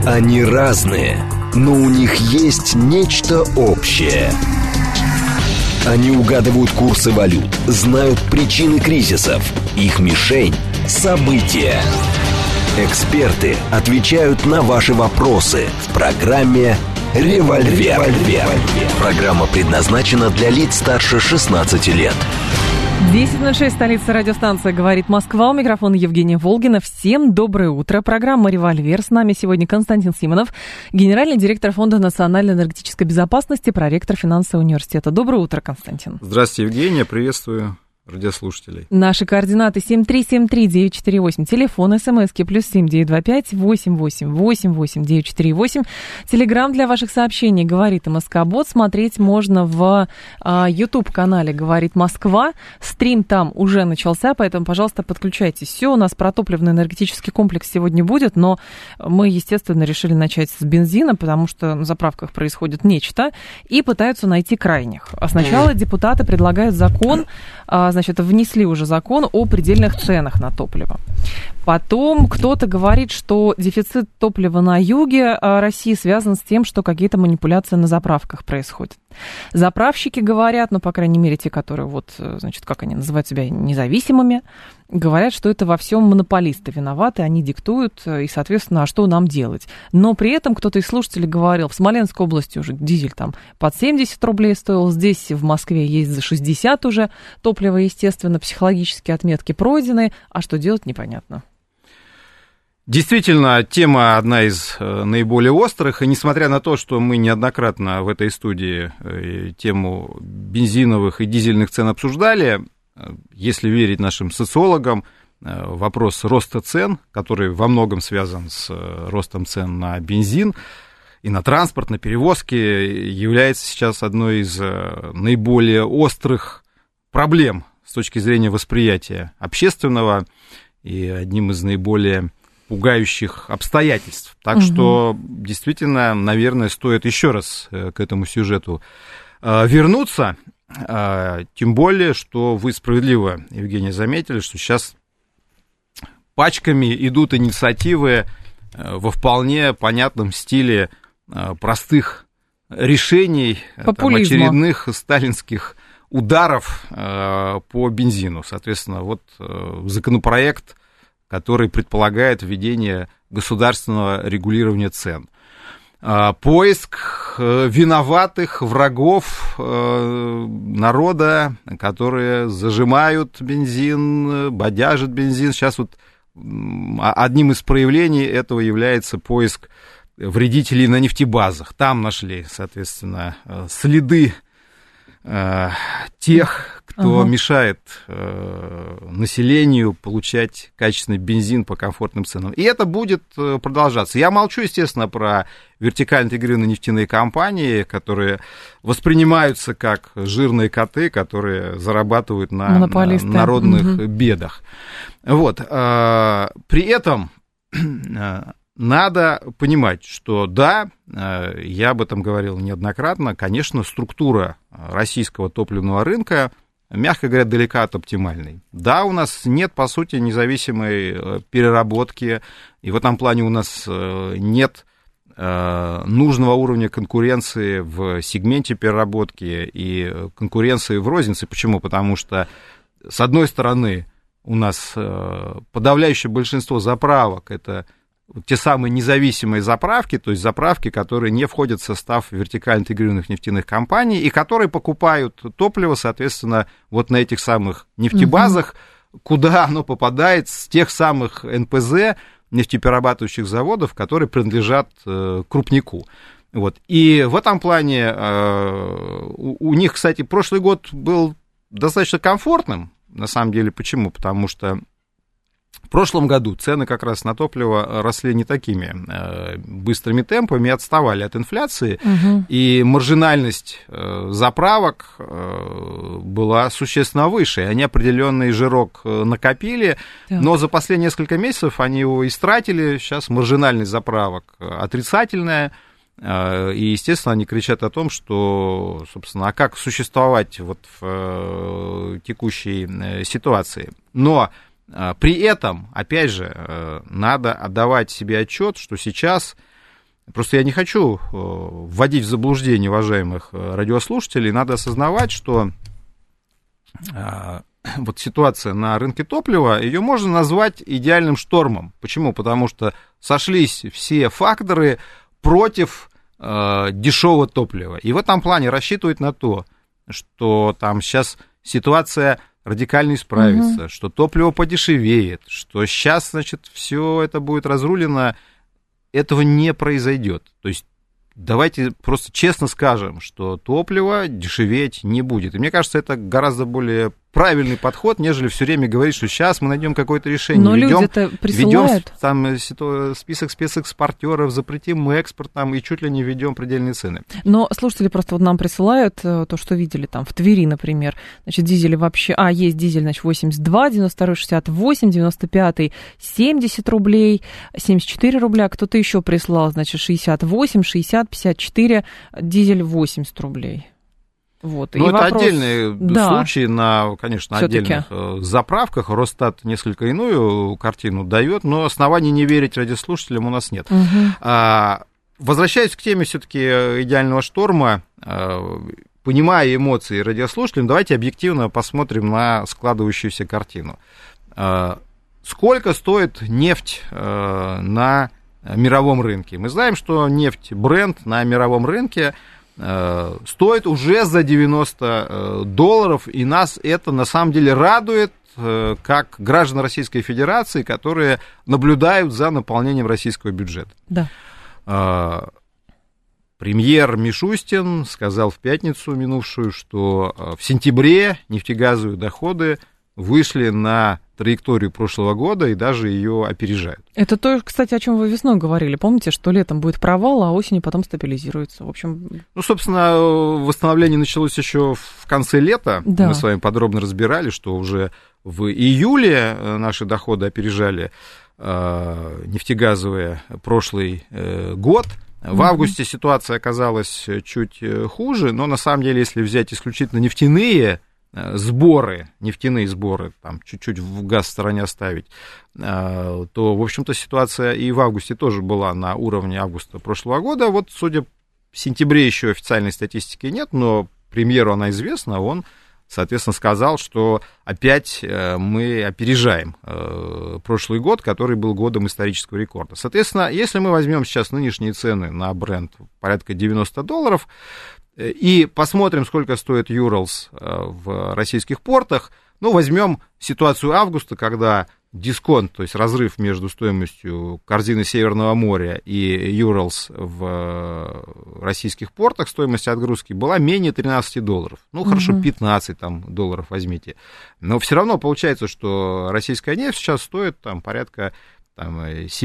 Они разные, но у них есть нечто общее. Они угадывают курсы валют, знают причины кризисов. Их мишень – события. Эксперты отвечают на ваши вопросы в программе «Револьвер». Программа предназначена для лиц старше 16 лет. 10:06, столица, радиостанция «Говорит Москва». У микрофона Евгения Волгина. Всем доброе утро. Программа «Револьвер». С нами сегодня Константин Симонов, генеральный директор Фонда национальной энергетической безопасности, проректор финансового университета. Доброе утро, Константин. Здравствуйте, Евгения. Приветствую радиослушателей. Наши координаты 7373948, телефон, смски +7 925 88 88 948. Телеграм для ваших сообщений «Говорит МСК-бот». Смотреть можно в YouTube-канале «Говорит Москва». Стрим там уже начался, поэтому, пожалуйста, подключайтесь. Все, у нас про топливно-энергетический комплекс сегодня будет, но мы, естественно, решили начать с бензина, потому что на заправках происходит нечто, и пытаются найти крайних. А сначала депутаты предлагают закон, значит, внесли уже закон о предельных ценах на топливо. Потом кто-то говорит, что дефицит топлива на юге России связан с тем, что какие-то манипуляции на заправках происходят. Заправщики говорят, ну, по крайней мере, те, которые, вот, значит, как они называют себя, независимыми, говорят, что это во всем монополисты виноваты, они диктуют, и, соответственно, а что нам делать? Но при этом кто-то из слушателей говорил, в Смоленской области уже дизель там под 70 рублей стоил, здесь в Москве есть за 60 уже топливо, естественно, психологические отметки пройдены, а что делать, непонятно. Действительно, тема одна из наиболее острых, и несмотря на то, что мы неоднократно в этой студии тему бензиновых и дизельных цен обсуждали, если верить нашим социологам, вопрос роста цен, который во многом связан с ростом цен на бензин и на транспорт, на перевозки, является сейчас одной из наиболее острых проблем с точки зрения восприятия общественного и одним из наиболее пугающих обстоятельств. Так что, действительно, наверное, стоит еще раз к этому сюжету вернуться. Тем более, что вы справедливо, Евгения, заметили, что сейчас пачками идут инициативы во вполне понятном стиле простых решений, там, очередных сталинских ударов по бензину. Соответственно, вот законопроект, который предполагает введение государственного регулирования цен. Поиск виноватых врагов народа, которые зажимают бензин, бодяжат бензин. Сейчас вот одним из проявлений этого является поиск вредителей на нефтебазах. Там нашли, соответственно, следы тех, кто мешает населению получать качественный бензин по комфортным ценам. И это будет продолжаться. Я молчу, естественно, про вертикально интегрированные нефтяные компании, которые воспринимаются как жирные коты, которые зарабатывают на народных бедах. Вот. При этом надо понимать, что да, я об этом говорил неоднократно, конечно, структура российского топливного рынка, мягко говоря, далека от оптимальной. Да, у нас нет, по сути, независимой переработки, и в этом плане у нас нет нужного уровня конкуренции в сегменте переработки и конкуренции в рознице. Почему? Потому что, с одной стороны, у нас подавляющее большинство заправок – это те самые независимые заправки, то есть заправки, которые не входят в состав вертикально интегрированных нефтяных компаний и которые покупают топливо, соответственно, вот на этих самых нефтебазах, куда оно попадает с тех самых НПЗ, нефтеперерабатывающих заводов, которые принадлежат крупнику. Вот. И в этом плане у них, кстати, прошлый год был достаточно комфортным, на самом деле. Почему? Потому что в прошлом году цены как раз на топливо росли не такими быстрыми темпами, отставали от инфляции, и маржинальность заправок была существенно выше. Они определенный жирок накопили, но за последние несколько месяцев они его истратили. Сейчас маржинальность заправок отрицательная, и, естественно, они кричат о том, что, собственно, а как существовать вот в текущей ситуации. Но при этом, опять же, надо отдавать себе отчет, что сейчас Просто я не хочу вводить в заблуждение уважаемых радиослушателей. Надо осознавать, что вот ситуация на рынке топлива, ее можно назвать идеальным штормом. Почему? Потому что сошлись все факторы против дешевого топлива. И в этом плане рассчитывать на то, что там сейчас ситуация радикально исправится, что топливо подешевеет, что сейчас, значит, все это будет разрулено, этого не произойдет. То есть давайте просто честно скажем, что топливо дешеветь не будет. И мне кажется, это гораздо более правильный подход, нежели все время говорить, что сейчас мы найдем какое-то решение. Но люди-то присылают. Ведем там список спецэкспортеров, запретим экспорт там, и чуть ли не введем предельные цены. Но слушатели просто вот нам присылают то, что видели там в Твери, например. Значит, дизели вообще... есть дизель, значит, 82, 92, 68, 95, 70 рублей, 74 рубля. Кто-то еще прислал, значит, 68, 60, 54, дизель 80 рублей. Вот. Ну, это вопрос... отдельные случаи на, конечно, всё-таки отдельных заправках. Росстат несколько иную картину дает, но оснований не верить радиослушателям у нас нет. Возвращаясь к теме все-таки идеального шторма, понимая эмоции радиослушателям, давайте объективно посмотрим на складывающуюся картину. Сколько стоит нефть на мировом рынке? Мы знаем, что нефть Brent на мировом рынке стоит уже за $90, и нас это на самом деле радует, как граждан Российской Федерации, которые наблюдают за наполнением российского бюджета. Да. Премьер Мишустин сказал в пятницу минувшую, что в сентябре нефтегазовые доходы вышли на траекторию прошлого года и даже ее опережают. Это то, кстати, о чем вы весной говорили. Помните, что летом будет провал, а осенью потом стабилизируется. В общем... Ну, собственно, восстановление началось еще в конце лета. Да. Мы с вами подробно разбирали, что уже в июле наши доходы опережали нефтегазовые прошлый год. В августе ситуация оказалась чуть хуже, но на самом деле, если взять исключительно нефтяные сборы, там чуть-чуть в газ в стороне оставить, то, в общем-то, ситуация и в августе тоже была на уровне августа прошлого года. Вот, судя в сентябре еще официальной статистики нет, но премьеру она известна, он, соответственно, сказал, что опять мы опережаем прошлый год, который был годом исторического рекорда. Соответственно, если мы возьмем сейчас нынешние цены на Brent порядка $90, и посмотрим, сколько стоит Urals в российских портах, ну, возьмем ситуацию августа, когда дисконт, то есть разрыв между стоимостью корзины Северного моря и Urals в российских портах, стоимость отгрузки была менее $13. Ну, хорошо, $15 там, возьмите. Но все равно получается, что российская нефть сейчас стоит там, порядка там,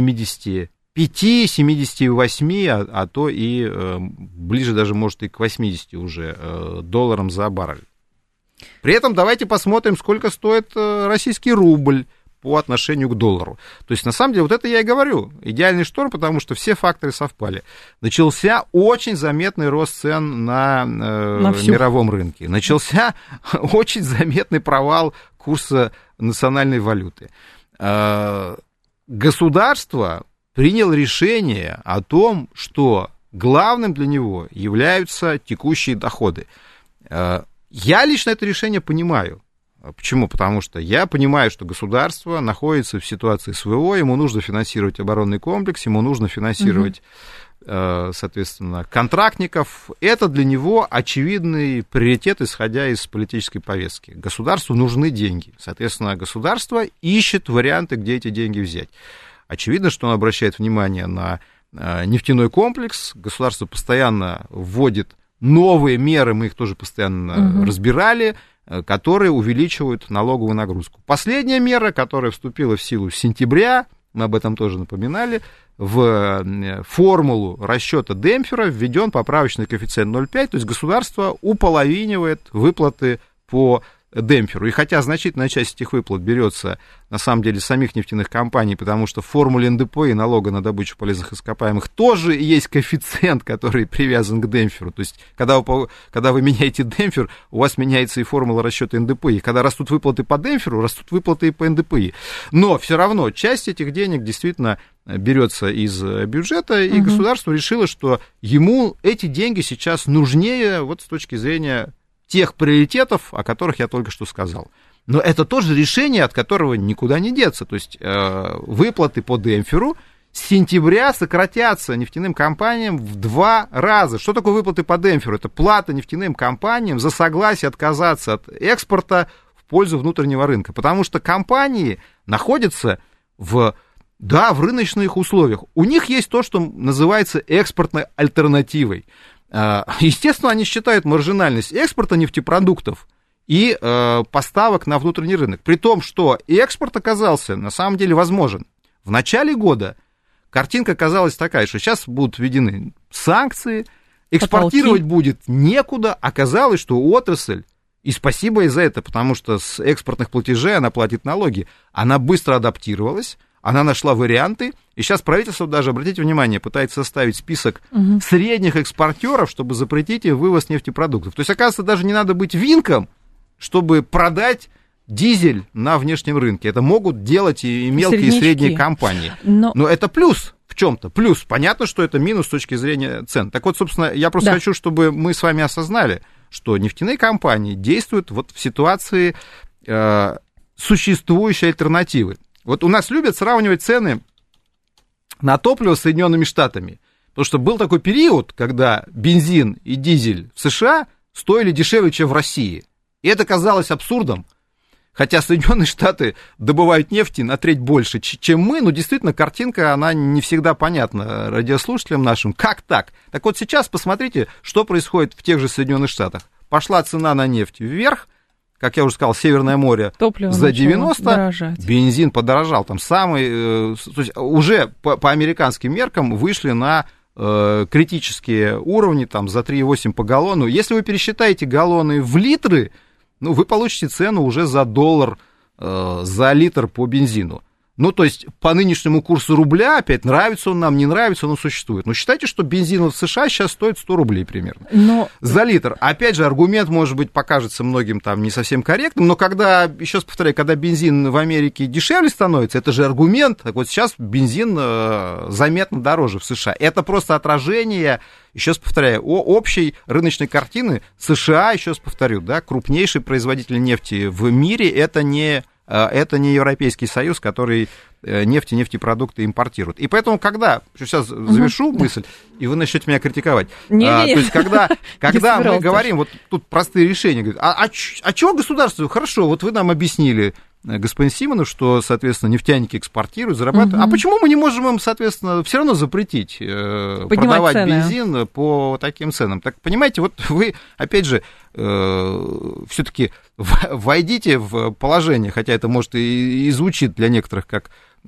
75-78, а то и ближе даже, может, и к 80 уже долларам за баррель. При этом давайте посмотрим, сколько стоит российский рубль по отношению к доллару. То есть, на самом деле, вот это я и говорю, идеальный шторм, потому что все факторы совпали. Начался очень заметный рост цен на мировом рынке. Начался очень заметный провал курса национальной валюты. Государство приняло решение о том, что главным для него являются текущие доходы. Я лично это решение понимаю. Почему? Потому что я понимаю, что государство находится в ситуации СВО, ему нужно финансировать оборонный комплекс, ему нужно финансировать, соответственно, контрактников. Это для него очевидный приоритет, исходя из политической повестки. Государству нужны деньги. Соответственно, государство ищет варианты, где эти деньги взять. Очевидно, что он обращает внимание на нефтяной комплекс. Государство постоянно вводит новые меры, мы их тоже постоянно разбирали, которые увеличивают налоговую нагрузку. Последняя мера, которая вступила в силу с сентября, мы об этом тоже напоминали, в формулу расчета демпфера введен поправочный коэффициент 0,5, то есть государство уполовинивает выплаты по демпферу. И хотя значительная часть этих выплат берется, на самом деле, с самих нефтяных компаний, потому что в формуле НДП и налога на добычу полезных ископаемых тоже есть коэффициент, который привязан к демпферу. То есть, когда вы меняете демпфер, у вас меняется и формула расчета НДПИ. Когда растут выплаты по демпферу, растут выплаты и по НДПИ. Но все равно часть этих денег действительно берется из бюджета, и государство решило, что ему эти деньги сейчас нужнее вот с точки зрения тех приоритетов, о которых я только что сказал. Но это тоже решение, от которого никуда не деться. То есть выплаты по демпферу с сентября сократятся нефтяным компаниям в 2 раза. Что такое выплаты по демпферу? Это плата нефтяным компаниям за согласие отказаться от экспорта в пользу внутреннего рынка. Потому что компании находятся в рыночных условиях. У них есть то, что называется экспортной альтернативой. Естественно, они считают маржинальность экспорта нефтепродуктов и поставок на внутренний рынок. При том, что экспорт оказался на самом деле возможен. В начале года картинка казалась такая, что сейчас будут введены санкции, экспортировать будет некуда. Оказалось, что отрасль, и спасибо ей за это, потому что с экспортных платежей она платит налоги, она быстро адаптировалась. Она нашла варианты, и сейчас правительство даже, обратите внимание, пытается составить список средних экспортеров, чтобы запретить им вывоз нефтепродуктов. То есть, оказывается, даже не надо быть винком, чтобы продать дизель на внешнем рынке. Это могут делать и мелкие, и средние компании. Но это плюс в чем-то. Плюс. Понятно, что это минус с точки зрения цен. Так вот, собственно, я просто хочу, чтобы мы с вами осознали, что нефтяные компании действуют вот в ситуации существующей альтернативы. Вот у нас любят сравнивать цены на топливо с Соединенными Штатами. Потому что был такой период, когда бензин и дизель в США стоили дешевле, чем в России. И это казалось абсурдом. Хотя Соединенные Штаты добывают нефти на треть больше, чем мы. Но действительно, картинка, она не всегда понятна радиослушателям нашим. Как так? Так вот сейчас посмотрите, что происходит в тех же Соединенных Штатах. Пошла цена на нефть вверх. Как я уже сказал, Северное море топливо за 90, дорожать. Бензин подорожал, там самый, то есть уже по американским меркам вышли на критические уровни, там за 3,8 по галлону. Если вы пересчитаете галлоны в литры, вы получите цену уже за $1 за литр по бензину. То есть по нынешнему курсу рубля, опять, нравится он нам, не нравится, он существует. Но считайте, что бензин в США сейчас стоит 100 рублей примерно за литр. Опять же, аргумент, может быть, покажется многим там не совсем корректным, но когда, еще раз повторяю, когда бензин в Америке дешевле становится, это же аргумент. Так вот сейчас бензин заметно дороже в США. Это просто отражение, еще раз повторяю, общей рыночной картины. США, еще раз повторю, крупнейший производитель нефти в мире, это не Европейский Союз, который нефть и нефтепродукты импортирует. И поэтому, когда, сейчас завершу мысль, и вы начнете меня критиковать, то есть, когда мы говорим, вот тут простые решения, говорят, а чего государство? Хорошо, вот вы нам объяснили, господин Симонов, что, соответственно, нефтяники экспортируют, зарабатывают. А почему мы не можем им, соответственно, все равно запретить продавать бензин по таким ценам? Так, понимаете, вот вы, опять же, все-таки войдите в положение, хотя это, может, и звучит для некоторых как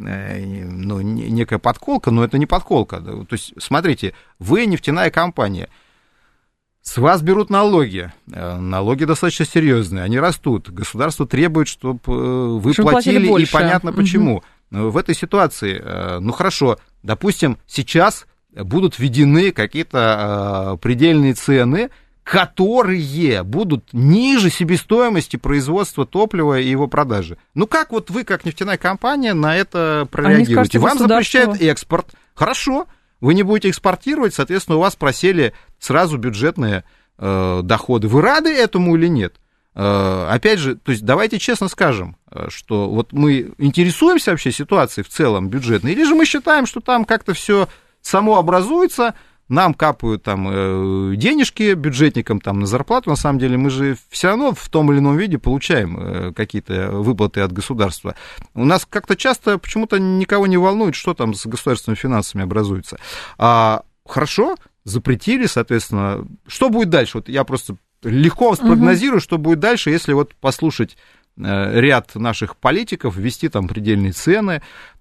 некая подколка, но это не подколка. То есть, смотрите, вы нефтяная компания, с вас берут налоги. Налоги достаточно серьезные, они растут. Государство требует, чтобы вы платили, и понятно почему. В этой ситуации, хорошо, допустим, сейчас будут введены какие-то предельные цены, которые будут ниже себестоимости производства топлива и его продажи. Как вот вы, как нефтяная компания, на это прореагируете? Вам запрещают экспорт. Хорошо. Вы не будете экспортировать, соответственно, у вас просели сразу бюджетные доходы. Вы рады этому или нет? Опять же, то есть давайте честно скажем, что вот мы интересуемся вообще ситуацией в целом бюджетной, или же мы считаем, что там как-то все само образуется, нам капают там денежки бюджетникам там на зарплату, на самом деле мы же все равно в том или ином виде получаем какие-то выплаты от государства. У нас как-то часто почему-то никого не волнует, что там с государственными финансами образуется. Хорошо, запретили, соответственно, что будет дальше? Вот я просто легко спрогнозирую, что будет дальше, если вот послушать ряд наших политиков, ввести там предельные цены,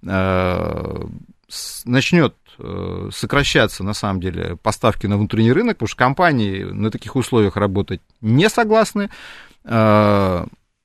начнет сокращаться, на самом деле, поставки на внутренний рынок, потому что компании на таких условиях работать не согласны.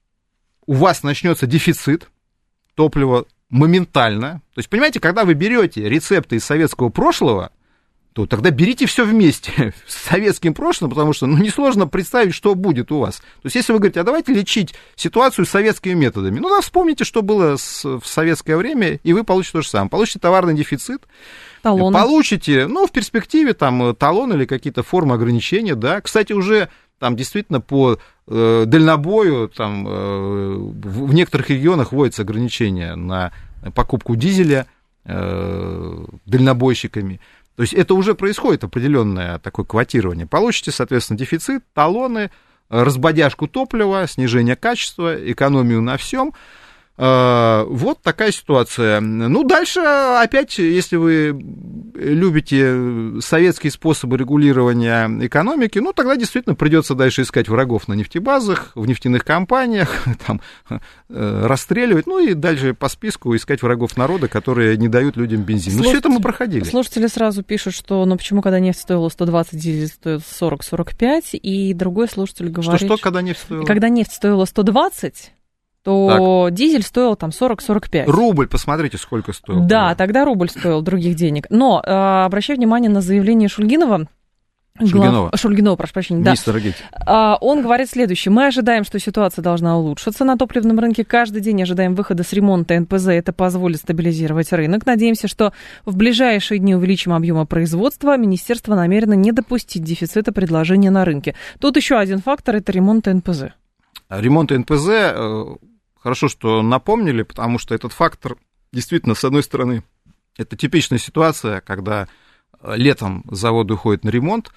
у вас начнется дефицит топлива моментально. То есть, понимаете, когда вы берете рецепты из советского прошлого, то тогда берите все вместе с советским прошлым, потому что несложно представить, что будет у вас. То есть, если вы говорите, а давайте лечить ситуацию советскими методами, да, вспомните, что было в советское время, и вы получите то же самое. Получите товарный дефицит, талоны. Получите, в перспективе, там, талон или какие-то формы ограничения, да. Кстати, уже там действительно по дальнобою, там, в некоторых регионах вводятся ограничения на покупку дизеля дальнобойщиками. То есть это уже происходит определенное такое квотирование. Получите, соответственно, дефицит, талоны, разбодяжку топлива, снижение качества, экономию на всем. Вот такая ситуация. Дальше опять, если вы любите советские способы регулирования экономики, тогда действительно придется дальше искать врагов на нефтебазах, в нефтяных компаниях, там, расстреливать, и дальше по списку искать врагов народа, которые не дают людям бензин. Все это мы проходили. Слушатели сразу пишут, что, почему, когда нефть стоила 120, дизель стоит 40-45, и другой слушатель говорит... Что, когда нефть стоила? Когда нефть стоила 120... то так. Дизель стоил там 40-45. Рубль, посмотрите, сколько стоил. Да, тогда рубль стоил других денег. Но обращаю внимание на заявление Шульгинова. Шульгинова, прошу прощения. Министр энергетики. Он говорит следующее. Мы ожидаем, что ситуация должна улучшиться на топливном рынке. Каждый день ожидаем выхода с ремонта НПЗ. Это позволит стабилизировать рынок. Надеемся, что в ближайшие дни увеличим объемы производства. Министерство намерено не допустить дефицита предложения на рынке. Тут еще один фактор – это ремонт НПЗ. Ремонт НПЗ, хорошо, что напомнили, потому что этот фактор, действительно, с одной стороны, это типичная ситуация, когда летом заводы уходят на ремонт,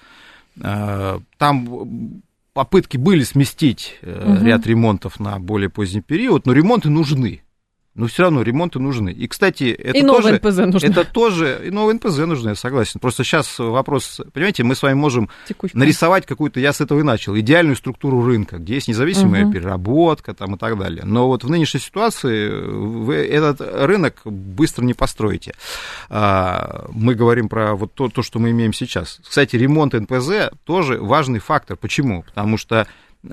там попытки были сместить ряд ремонтов на более поздний период, но ремонты нужны. Но все равно ремонты нужны. И, кстати, это тоже... НПЗ нужны. Это тоже... И новые НПЗ нужны, я согласен. Просто сейчас вопрос... Понимаете, мы с вами можем нарисовать какую-то... Я с этого и начал. Идеальную структуру рынка, где есть независимая переработка там, и так далее. Но вот в нынешней ситуации вы этот рынок быстро не построите. Мы говорим про вот то, что мы имеем сейчас. Кстати, ремонт НПЗ тоже важный фактор. Почему? Потому что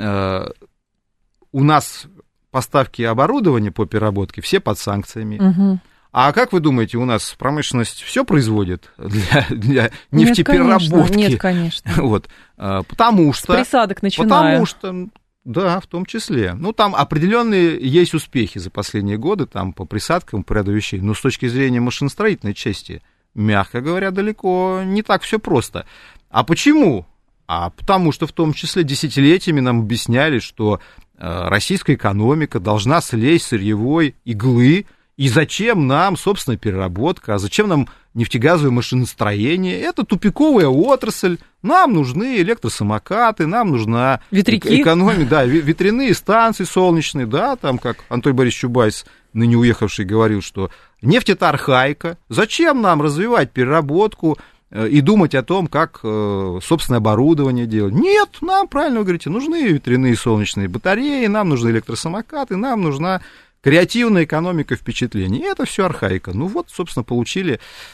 у нас... поставки оборудования по переработке все под санкциями. А как вы думаете, у нас промышленность все производит для нефтепереработки? Нет, конечно. Вот, потому что... С присадок начиная. Потому что, да, в том числе. Там определенные есть успехи за последние годы, там по присадкам, по ряду вещей. Но с точки зрения машиностроительной части, мягко говоря, далеко не так все просто. А почему? Потому что в том числе десятилетиями нам объясняли, что российская экономика должна слезть с сырьевой иглы, и зачем нам, собственно, переработка, а зачем нам нефтегазовое машиностроение? Это тупиковая отрасль, нам нужны электросамокаты, нам нужна экономика, да, ветряные станции солнечные, да, там, как Анатолий Борисович Чубайс, ныне уехавший, говорил, что нефть — это архаика, зачем нам развивать переработку, и думать о том, как собственное оборудование делать. Нет, нам, правильно вы говорите, нужны ветряные солнечные батареи, нам нужны электросамокаты, нам нужна креативная экономика впечатлений. И это все архаика. Собственно, получили...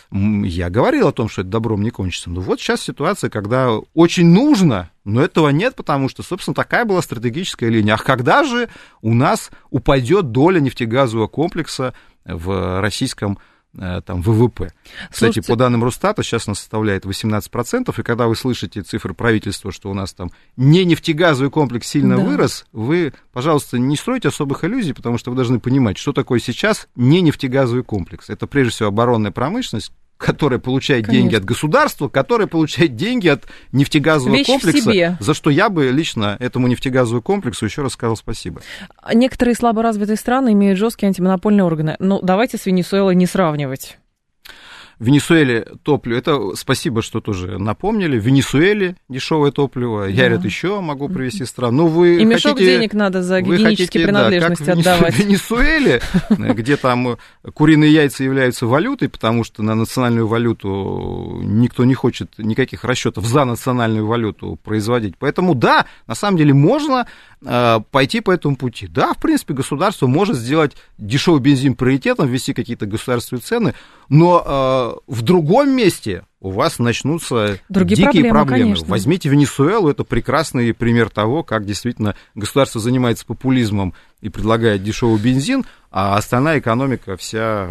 Я говорил о том, что это добром не кончится. Сейчас ситуация, когда очень нужно, но этого нет, потому что, собственно, такая была стратегическая линия. А когда же у нас упадет доля нефтегазового комплекса в российском ВВП. Кстати, по данным Росстата, сейчас она составляет 18%, и когда вы слышите цифры правительства, что у нас там не нефтегазовый комплекс сильно вырос, вы, пожалуйста, не стройте особых иллюзий, потому что вы должны понимать, что такое сейчас не нефтегазовый комплекс. Это, прежде всего, оборонная промышленность, которая получает деньги от государства, которая получает деньги от нефтегазового комплекса, за что я бы лично этому нефтегазовому комплексу еще раз сказал спасибо. Некоторые слаборазвитые страны имеют жесткие антимонопольные органы. Давайте с Венесуэлой не сравнивать. В Венесуэле топливо, это спасибо, что тоже напомнили, в Венесуэле дешевое топливо, я ряд еще могу привести стран. И мешок денег надо за гигиенические принадлежности отдавать. В Венесуэле, где там куриные яйца являются валютой, потому что на национальную валюту никто не хочет никаких расчетов за национальную валюту производить. Поэтому да, на самом деле можно пойти по этому пути. Да, в принципе, государство может сделать дешевый бензин приоритетом, ввести какие-то государственные цены, но в другом месте у вас начнутся другие дикие проблемы. Конечно. Возьмите Венесуэлу, это прекрасный пример того, как действительно государство занимается популизмом и предлагает дешевый бензин, а остальная экономика вся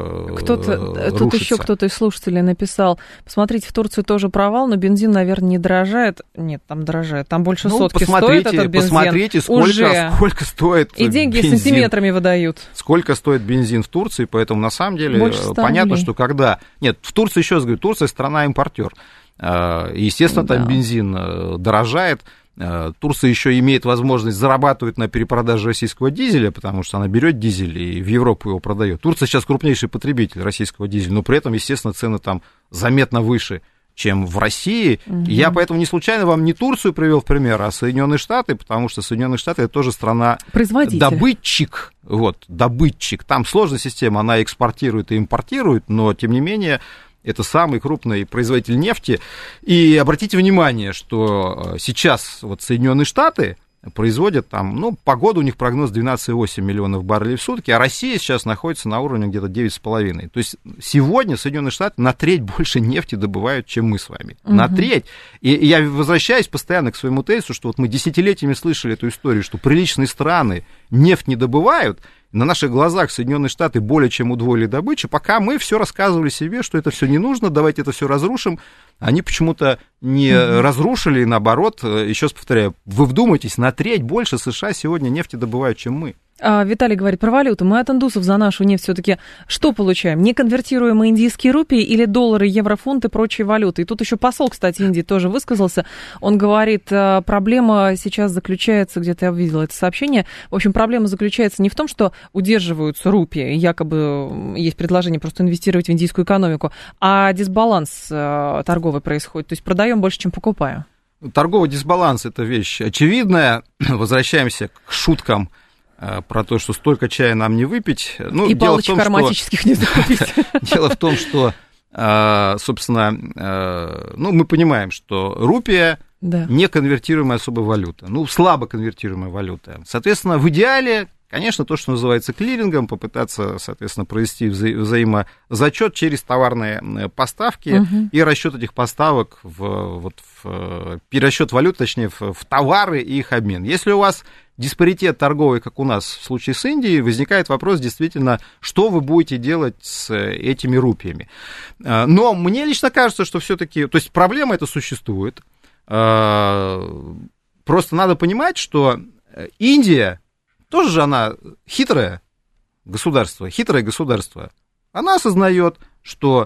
рушится. Тут еще кто-то из слушателей написал, посмотрите, в Турции тоже провал, но бензин, наверное, не дорожает. Нет, там дорожает, там больше сотки стоит этот бензин. Посмотрите, сколько стоит и деньги бензин. Сантиметрами выдают. Сколько стоит бензин в Турции, поэтому на самом деле понятно, что когда... Нет, в Турции, еще раз говорю, Турция страна-импортер. Естественно, там бензин дорожает. Турция еще имеет возможность зарабатывать на перепродаже российского дизеля, потому что она берет дизель и в Европу его продает. Турция сейчас крупнейший потребитель российского дизеля, но при этом, естественно, цены там заметно выше, чем в России. Угу. Я поэтому не случайно вам не Турцию привел в пример, а Соединенные Штаты, потому что Соединенные Штаты это тоже страна добытчик. Добытчик. Там сложная система, она экспортирует и импортирует, но тем не менее. Это самый крупный производитель нефти. И обратите внимание, что сейчас вот Соединенные Штаты производят там, по году у них прогноз 12,8 миллионов баррелей в сутки, а Россия сейчас находится на уровне где-то 9,5. То есть сегодня Соединенные Штаты на треть больше нефти добывают, чем мы с вами. Угу. На треть. И я возвращаюсь постоянно к своему тезису, что вот мы десятилетиями слышали эту историю, что приличные страны нефть не добывают. На наших глазах Соединенные Штаты более чем удвоили добычу, пока мы все рассказывали себе, что это все не нужно, давайте это все разрушим. Они почему-то не разрушили, наоборот, еще раз повторяю, вы вдумайтесь, на треть больше США сегодня нефти добывают, чем мы. Виталий говорит про валюту. Мы от индусов за нашу нефть все-таки что получаем? Неконвертируемые индийские рупии или доллары, евро, фунты, прочие валюты? И тут еще посол, кстати, Индии тоже высказался. Он говорит, проблема сейчас заключается, где-то я увидела это сообщение, в общем, проблема заключается не в том, что удерживаются рупии, якобы есть предложение просто инвестировать в индийскую экономику, а дисбаланс торговый происходит. То есть продаем больше, чем покупаем. Торговый дисбаланс – это вещь очевидная. Возвращаемся к шуткам про то, что столько чая нам не выпить. И палочек ароматических не закупить. Дело в том, что, собственно, мы понимаем, что рупия не конвертируемая особая валюта, слабо конвертируемая валюта. Соответственно, в идеале, конечно, то, что называется клирингом, попытаться, соответственно, провести взаимозачет через товарные поставки и расчет этих поставок перерасчет валют, точнее, в товары и их обмен. Если у вас диспаритет торговый, как у нас в случае с Индией, возникает вопрос, действительно, что вы будете делать с этими рупиями. Но мне лично кажется, что все-таки, то есть проблема эта существует. Просто надо понимать, что Индия тоже же она хитрое государство. Она осознает, что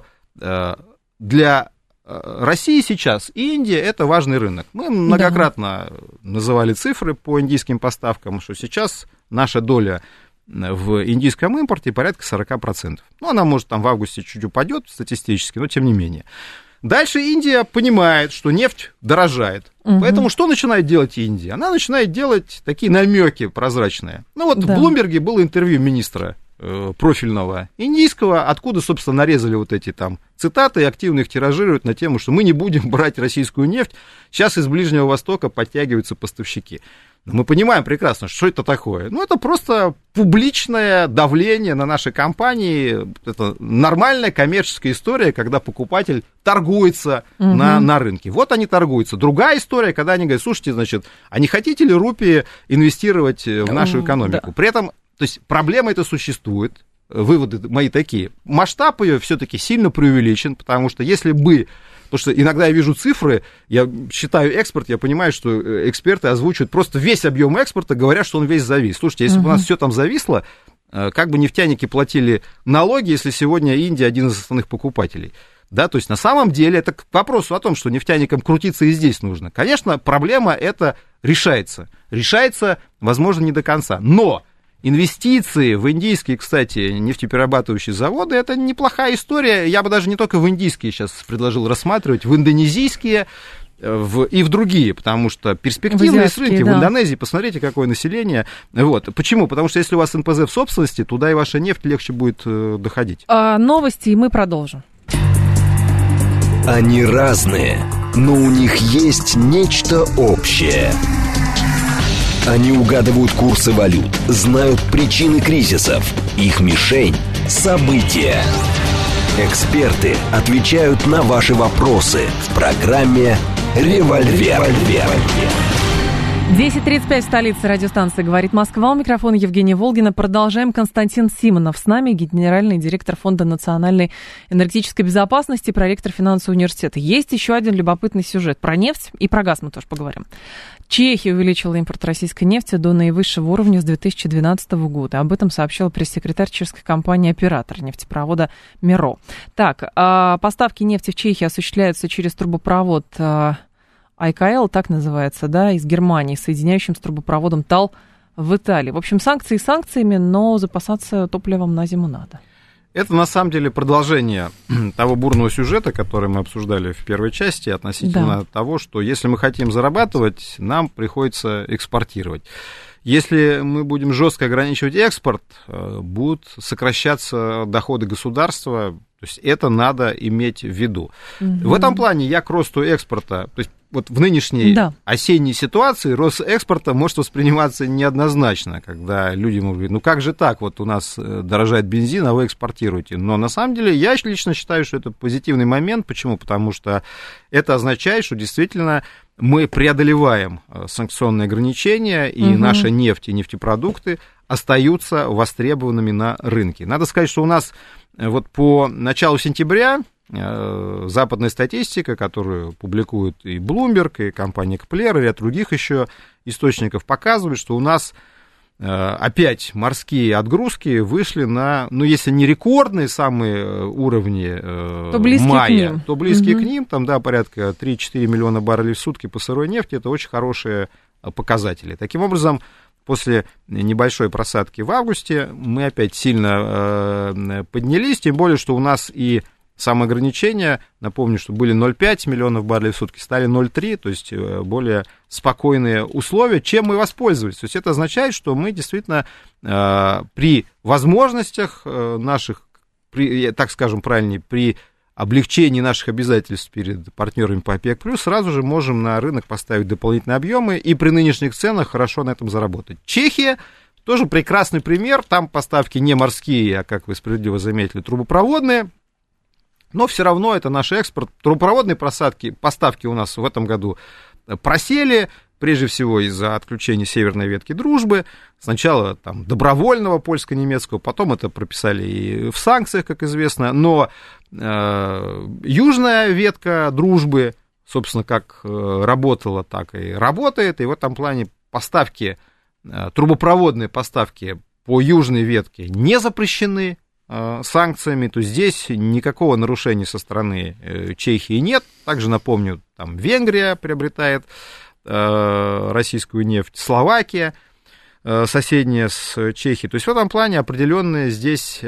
для России сейчас Индия – это важный рынок. Мы многократно называли цифры по индийским поставкам, что сейчас наша доля в индийском импорте порядка 40%. Она, может, там в августе чуть упадет статистически, но тем не менее. Дальше Индия понимает, что нефть дорожает. Поэтому что начинает делать Индия? Она начинает делать такие намеки прозрачные. В Блумберге было интервью министра профильного индийского, откуда, собственно, нарезали вот эти там цитаты и активно их тиражируют на тему, что мы не будем брать российскую нефть, сейчас из Ближнего Востока подтягиваются поставщики. Мы понимаем прекрасно, что это такое. Это просто публичное давление на наши компании, это нормальная коммерческая история, когда покупатель торгуется на рынке. Вот они торгуются. Другая история, когда они говорят, слушайте, значит, а не хотите ли рупии инвестировать в нашу экономику? При этом, то есть проблема эта существует, выводы мои такие. Масштаб ее все-таки сильно преувеличен, потому что если бы, потому что иногда я вижу цифры, я считаю экспорт, я понимаю, что эксперты озвучивают просто весь объем экспорта, говорят, что он весь завис. Слушайте, если бы у нас все там зависло, как бы нефтяники платили налоги, если сегодня Индия один из основных покупателей? Да, то есть на самом деле это к вопросу о том, что нефтяникам крутиться и здесь нужно. Конечно, проблема эта решается. Решается, возможно, не до конца. Но инвестиции в индийские, кстати, нефтеперерабатывающие заводы, это неплохая история. Я бы даже не только в индийские сейчас предложил рассматривать, в индонезийские и в другие, потому что перспективные рынки в Индонезии, посмотрите, какое население. Почему? Потому что если у вас НПЗ в собственности, туда и ваша нефть легче будет доходить. Новости, и мы продолжим. Они разные, но у них есть нечто общее. Они угадывают курсы валют, знают причины кризисов. Их мишень – события. Эксперты отвечают на ваши вопросы в программе «Револьвер». 10:35 в столице радиостанции «Говорит Москва». У микрофона Евгения Волгина. Продолжаем. Константин Симонов с нами, генеральный директор Фонда национальной энергетической безопасности, проректор финансового университета. Есть еще один любопытный сюжет. Про нефть и про газ мы тоже поговорим. Чехия увеличила импорт российской нефти до наивысшего уровня с 2012 года. Об этом сообщил пресс-секретарь чешской компании «Оператор» нефтепровода «Миро». Так, поставки нефти в Чехии осуществляются через трубопровод АйКЛ, так называется, да, из Германии, соединяющим с трубопроводом ТАЛ в Италии. В общем, санкции санкциями, но запасаться топливом на зиму надо. Это, на самом деле, продолжение того бурного сюжета, который мы обсуждали в первой части, относительно того, что если мы хотим зарабатывать, нам приходится экспортировать. Если мы будем жестко ограничивать экспорт, будут сокращаться доходы государства, то есть это надо иметь в виду. В этом плане я к росту экспорта, то есть вот в нынешней осенней ситуации рост экспорта может восприниматься неоднозначно, когда люди могут говорить, ну как же так, вот у нас дорожает бензин, а вы экспортируете. Но на самом деле я лично считаю, что это позитивный момент. Почему? Потому что это означает, что действительно мы преодолеваем санкционные ограничения, и наша нефть и нефтепродукты остаются востребованными на рынке. Надо сказать, что у нас вот по началу сентября западная статистика, которую публикуют и Bloomberg, и компания Кплер, и ряд других еще источников, показывает, что у нас опять морские отгрузки вышли на, ну, если не рекордные самые уровни мая, то близкие к ним, там, да, порядка 3-4 миллиона баррелей в сутки по сырой нефти, это очень хорошие показатели. Таким образом, после небольшой просадки в августе мы опять сильно поднялись, тем более, что у нас и самоограничения, напомню, что были 0,5 миллионов баррелей в сутки, стали 0,3, то есть более спокойные условия, чем мы воспользовались. То есть это означает, что мы действительно при возможностях наших, так скажем правильнее, при облегчении наших обязательств перед партнерами по ОПЕК+, сразу же можем на рынок поставить дополнительные объемы и при нынешних ценах хорошо на этом заработать. Чехия тоже прекрасный пример, там поставки не морские, а, как вы справедливо заметили, трубопроводные. Но все равно это наш экспорт. Трубопроводные поставки у нас в этом году просели, прежде всего из-за отключения северной ветки дружбы. Сначала там добровольного польско-немецкого, потом это прописали и в санкциях, как известно. Но южная ветка дружбы, собственно, как работала, так и работает. И в этом плане поставки, трубопроводные поставки по южной ветке не запрещены санкциями, то здесь никакого нарушения со стороны Чехии нет. Также напомню, там Венгрия приобретает российскую нефть, Словакия, соседняя с Чехией. То есть в этом плане определенные здесь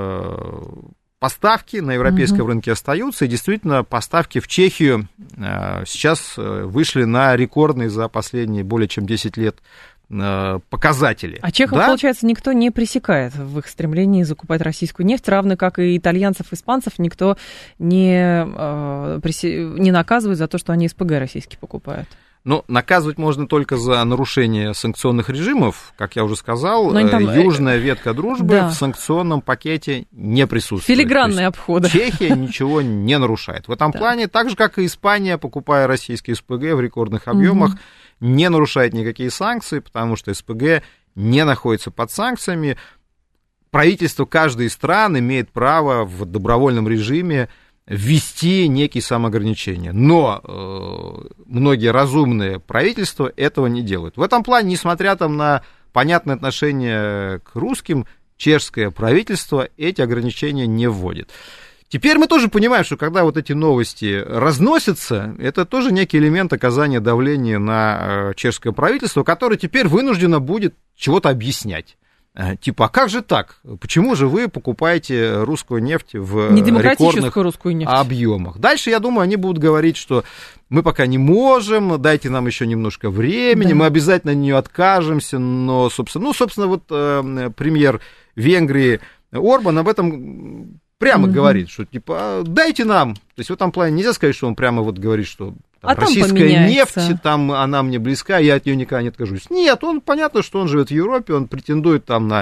поставки на европейском рынке остаются, и действительно поставки в Чехию сейчас вышли на рекордные за последние более чем 10 лет показатели. А чехов, получается, никто не пресекает в их стремлении закупать российскую нефть, равно как и итальянцев, испанцев никто не наказывает за то, что они СПГ российские покупают. Ну, наказывать можно только за нарушение санкционных режимов, как я уже сказал, южная ветка дружбы в санкционном пакете не присутствует. Филигранные обходы. Чехия ничего не нарушает. В этом плане, так же, как и Испания, покупая российские СПГ в рекордных объемах, не нарушает никакие санкции, потому что СПГ не находится под санкциями. Правительство каждой из стран имеет право в добровольном режиме ввести некие самоограничения. Но многие разумные правительства этого не делают. В этом плане, несмотря там на понятное отношение к русским, чешское правительство эти ограничения не вводит. Теперь мы тоже понимаем, что когда вот эти новости разносятся, это тоже некий элемент оказания давления на чешское правительство, которое теперь вынуждено будет чего-то объяснять. Типа, а как же так? Почему же вы покупаете русскую нефть в рекордных объемах? Дальше, я думаю, они будут говорить, что мы пока не можем, дайте нам еще немножко времени, мы обязательно от нее откажемся, но, собственно, вот премьер Венгрии Орбан об этом прямо говорит, что типа дайте нам, то есть в этом плане нельзя сказать, что он прямо вот говорит, что там, российская нефть, там она мне близка, я от нее никогда не откажусь. Нет, он понятно, что он живет в Европе, он претендует там на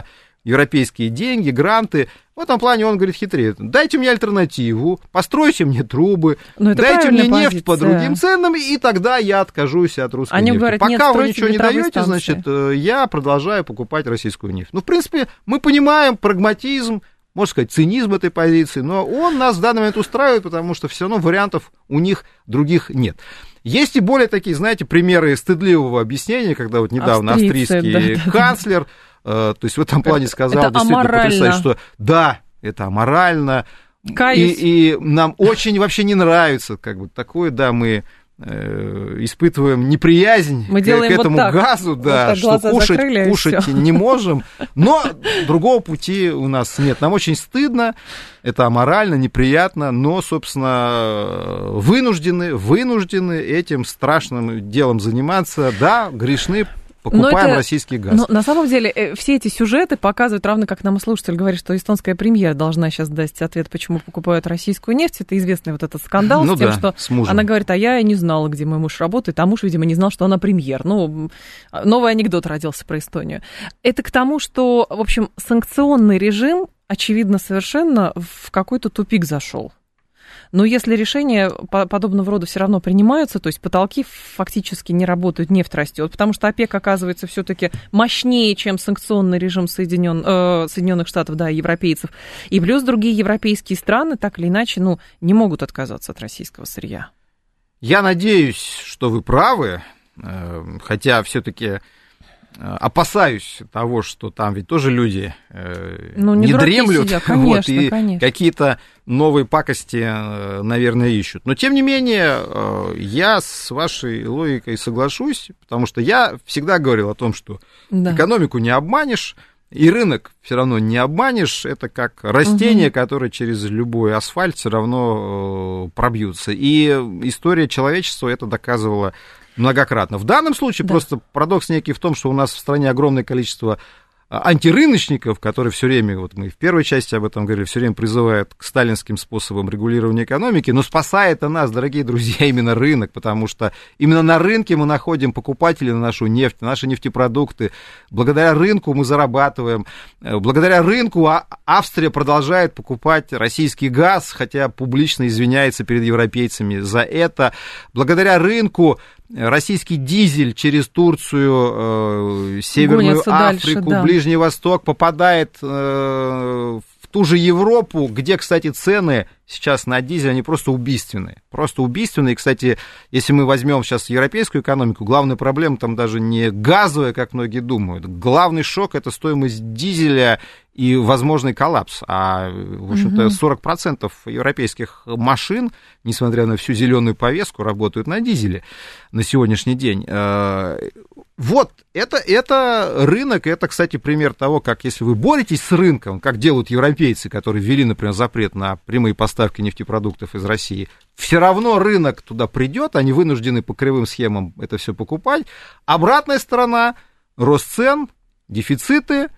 европейские деньги, гранты. В этом плане он, говорит, хитреет. Дайте мне альтернативу, постройте мне трубы, дайте мне нефть по другим ценам, и тогда я откажусь от русской нефти. Говорят, пока вы ничего не даете, значит, я продолжаю покупать российскую нефть. Ну, в принципе, мы понимаем прагматизм, можно сказать, цинизм этой позиции, но он нас в данный момент устраивает, потому что все равно вариантов у них других нет. Есть и более такие, знаете, примеры стыдливого объяснения, когда вот недавно австрийский канцлер, то есть в этом плане сказал это действительно аморально. потрясающе, что да, это аморально, и нам очень вообще не нравится, как бы такое, да, мы испытываем неприязнь к этому вот газу, да, вот что кушать не можем, но другого пути у нас нет. Нам очень стыдно, это аморально, неприятно, но, собственно, вынуждены этим страшным делом заниматься, да, грешны. Покупаем российский газ. Но на самом деле все эти сюжеты показывают, равно как нам слушатель говорит, что эстонская премьер должна сейчас дать ответ, почему покупают российскую нефть. Это известный вот этот скандал с тем, что она говорит, а я не знала, где мой муж работает, а муж, видимо, не знал, что она премьер. Ну, новый анекдот родился про Эстонию. Это к тому, что, в общем, санкционный режим, очевидно, совершенно в какой-то тупик зашел. Но если решения подобного рода все равно принимаются, то есть потолки фактически не работают, нефть растет, потому что ОПЕК оказывается все-таки мощнее, чем санкционный режим Соединенных Штатов, да, европейцев. И плюс другие европейские страны так или иначе, не могут отказаться от российского сырья. Я надеюсь, что вы правы, хотя все-таки опасаюсь того, что там ведь тоже люди не дремлют, сидят, конечно, и конечно. Какие-то новые пакости, наверное, ищут. Но, тем не менее, я с вашей логикой соглашусь, потому что я всегда говорил о том, что экономику не обманешь, и рынок все равно не обманешь. Это как растения, которые через любой асфальт все равно пробьются. И история человечества это доказывала многократно. В данном случае просто парадокс некий в том, что у нас в стране огромное количество антирыночников, которые все время, вот мы в первой части об этом говорили, все время призывают к сталинским способам регулирования экономики, но спасает нас, дорогие друзья, именно рынок, потому что именно на рынке мы находим покупателей на нашу нефть, на наши нефтепродукты. Благодаря рынку мы зарабатываем. Благодаря рынку Австрия продолжает покупать российский газ, хотя публично извиняется перед европейцами за это. Благодаря рынку российский дизель через Турцию, Северную Африку, дальше, Ближний Восток попадает в ту же Европу, где, кстати, цены сейчас на дизель, они просто убийственные. Просто убийственные. И, кстати, если мы возьмем сейчас европейскую экономику, главная проблема там даже не газовая, как многие думают. Главный шок – это стоимость дизеля и возможный коллапс. А, в общем-то, 40% европейских машин, несмотря на всю зеленую повестку, работают на дизеле на сегодняшний день. Вот, это рынок, это, кстати, пример того, как если вы боретесь с рынком, как делают европейцы, которые ввели, например, запрет на прямые поставки нефтепродуктов из России, все равно рынок туда придет, они вынуждены по кривым схемам это все покупать. Обратная сторона – рост цен, дефициты,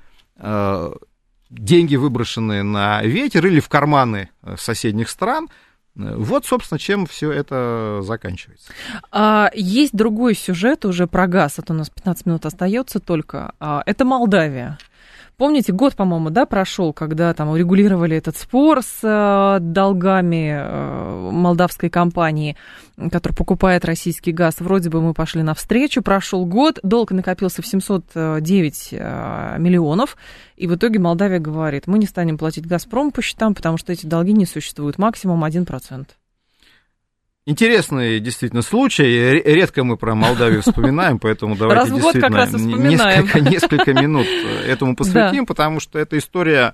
деньги, выброшенные на ветер или в карманы соседних стран. Вот, собственно, чем все это заканчивается. Есть другой сюжет уже про газ. Это у нас 15 минут остается только. Это Помните, год, по-моему, прошел, когда там урегулировали этот спор с долгами молдавской компании, которая покупает российский газ. Вроде бы мы пошли навстречу. Прошел год, долг накопился в 709 миллионов. И в итоге Молдавия говорит, мы не станем платить «Газпрому» по счетам, потому что эти долги не существуют. Максимум 1%. Интересный действительно случай.Редко мы про Молдавию вспоминаем, поэтому давайте действительно несколько минут этому посвятим, потому что эта история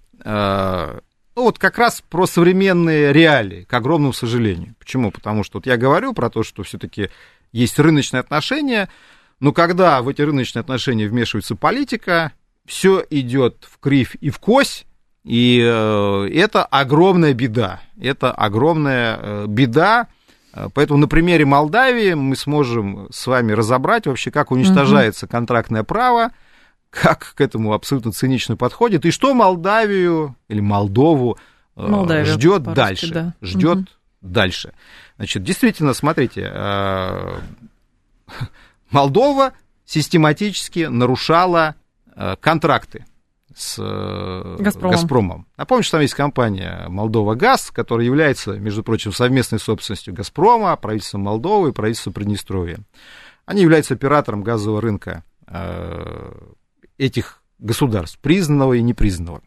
вот как раз про современные реалии, к огромному сожалению. Почему? Потому что вот я говорю про то, что все-таки есть рыночные отношения, но когда в эти рыночные отношения вмешивается политика, все идет в кривь и в кось. И это огромная беда. Это огромная беда. Поэтому на примере Молдавии мы сможем с вами разобрать вообще, как уничтожается контрактное право, как к этому абсолютно цинично подходит, и что Молдавию или Молдову ждет дальше. Ждет дальше. Значит, действительно, смотрите, Молдова систематически нарушала контракты. с «Газпромом». Напомню, что там есть компания «Молдова-Газ», которая является, между прочим, совместной собственностью «Газпрома», правительства Молдовы и правительства Приднестровья. Они являются оператором газового рынка этих государств, признанного и непризнанного.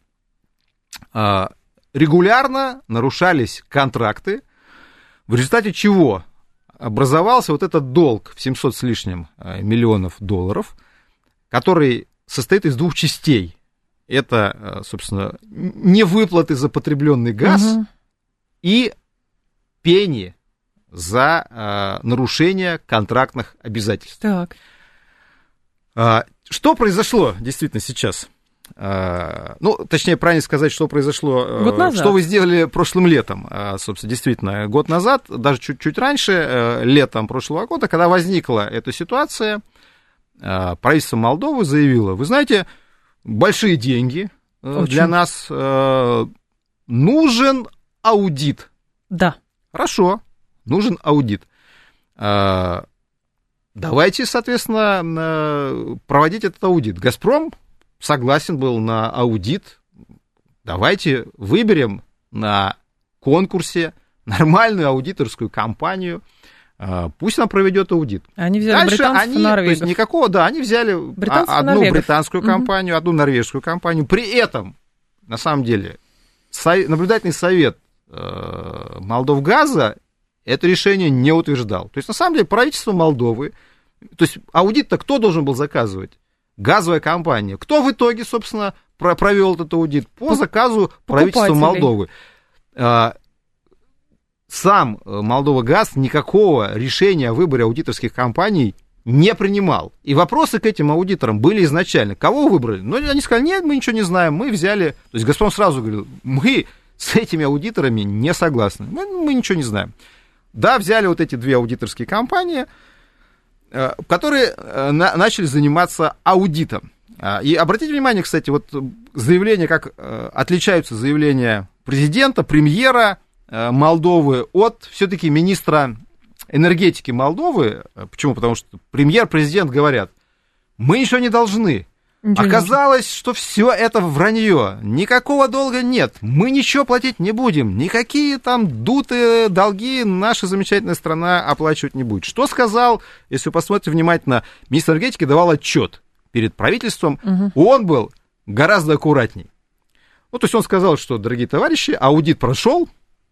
Регулярно нарушались контракты, в результате чего образовался вот этот долг в 700 с лишним миллионов долларов, который состоит из двух частей. Это, собственно, невыплаты за потребленный газ и пени за нарушение контрактных обязательств. Так. Что произошло действительно сейчас? Ну, точнее, правильно сказать, что произошло, что вы сделали прошлым летом, собственно, действительно, год назад, даже чуть-чуть раньше, летом прошлого года, когда возникла эта ситуация, правительство Молдовы заявило, вы знаете, большие деньги для нас, нужен аудит. Да. Хорошо, нужен аудит. Давайте, соответственно, проводить этот аудит. «Газпром» согласен был на аудит. Давайте выберем на конкурсе нормальную аудиторскую компанию. Пусть она проведет аудит. Они взяли британцев и норвегов. То есть никакого, да, они взяли одну британскую компанию, одну норвежскую компанию. При этом, на самом деле, наблюдательный совет Молдовгаза это решение не утверждал. То есть, на самом деле, правительство Молдовы, то есть аудит-то кто должен был заказывать? Газовая компания. Кто в итоге, собственно, провел этот аудит? По заказу правительства Молдовы. Сам Молдова-Газ никакого решения о выборе аудиторских компаний не принимал. И вопросы к этим аудиторам были изначально. Кого выбрали? Ну, они сказали, нет, мы ничего не знаем, мы взяли... То есть «Газпром» сразу говорил, мы с этими аудиторами не согласны, мы ничего не знаем. Да, взяли вот эти две аудиторские компании, которые начали заниматься аудитом. И обратите внимание, кстати, вот заявления, как отличаются заявления президента, премьера Молдовы от все-таки министра энергетики Молдовы. Почему? Потому что премьер, президент говорят, мы ничего не должны. Оказалось, что все это вранье, никакого долга нет, мы ничего платить не будем, никакие там дутые долги наша замечательная страна оплачивать не будет. Что сказал, если вы посмотрите внимательно, министр энергетики давал отчет перед правительством, он был гораздо аккуратней. Ну, то есть он сказал, что, дорогие товарищи, аудит прошел,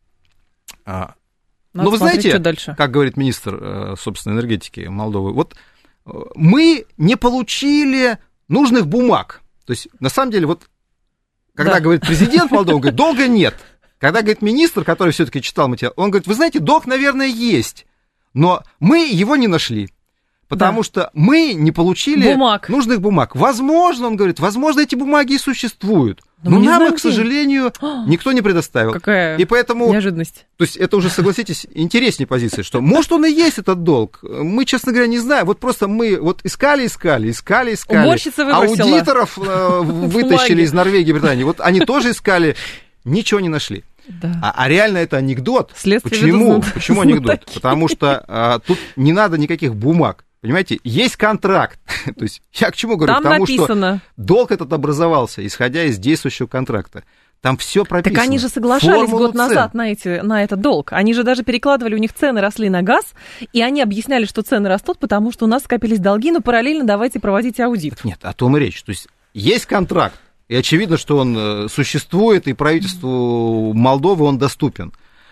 но вы знаете, как говорит министр, собственно, энергетики Молдовы, вот мы не получили нужных бумаг. То есть, на самом деле, вот, когда говорит президент Молдовы, он говорит, долга нет. Когда говорит министр, который все-таки читал материал, он говорит, вы знаете, долг, наверное, есть, но мы его не нашли, потому что мы не получили нужных бумаг. Возможно, он говорит, возможно, эти бумаги и существуют, но нам их, к сожалению, никто не предоставил. Какая и поэтому, неожиданность. То есть это уже, согласитесь, интереснее позиция, что может он и есть этот долг. Мы, честно говоря, не знаем. Вот просто мы вот искали. Уборщица выбросила. Аудиторов вытащили из Норвегии, Британии. Вот они тоже искали, ничего не нашли. Да. А реально это анекдот. Почему? Почему анекдот? Потому что тут не надо никаких бумаг. Понимаете, есть контракт. То есть я к чему говорю? Там Потому написано. Что долг этот образовался, исходя из действующего контракта. Там все прописано. Так они же соглашались год назад на этот долг. Они же даже перекладывали, у них цены росли на газ, и они объясняли, что цены растут, потому что у нас скопились долги, но параллельно давайте проводить аудит. Так нет, о том и речь. То есть есть контракт, и очевидно, что он существует, и правительству Молдовы он доступен.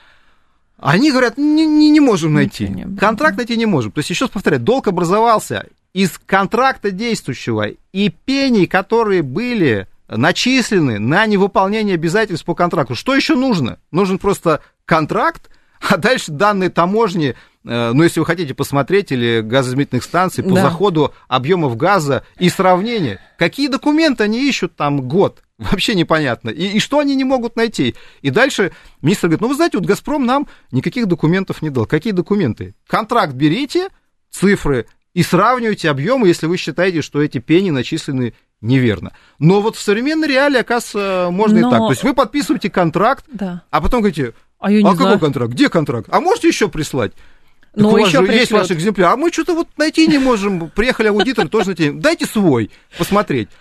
Они говорят, не можем найти. Контракт найти не можем. То есть, еще раз повторяю, долг образовался из контракта действующего и пений, которые были начислены на невыполнение обязательств по контракту. Что еще нужно? Нужен просто контракт, а дальше данные таможни, ну, если вы хотите посмотреть, или газоизмерительных станций по заходу объемов газа и сравнение. Какие документы они ищут там год? Вообще непонятно. И что они не могут найти? И дальше министр говорит, ну, вы знаете, вот «Газпром» нам никаких документов не дал. Какие документы? Контракт берите, цифры, и сравнивайте объемы, если вы считаете, что эти пени начислены неверно. Но вот в современной реалии, оказывается, можно и так. То есть вы подписываете контракт, а потом говорите, какой контракт? Где контракт? А можете еще прислать? Так у вас же есть ваш экземпляр. А мы что-то вот найти не можем. Приехали аудиторы, тоже найти. Дайте свой посмотреть.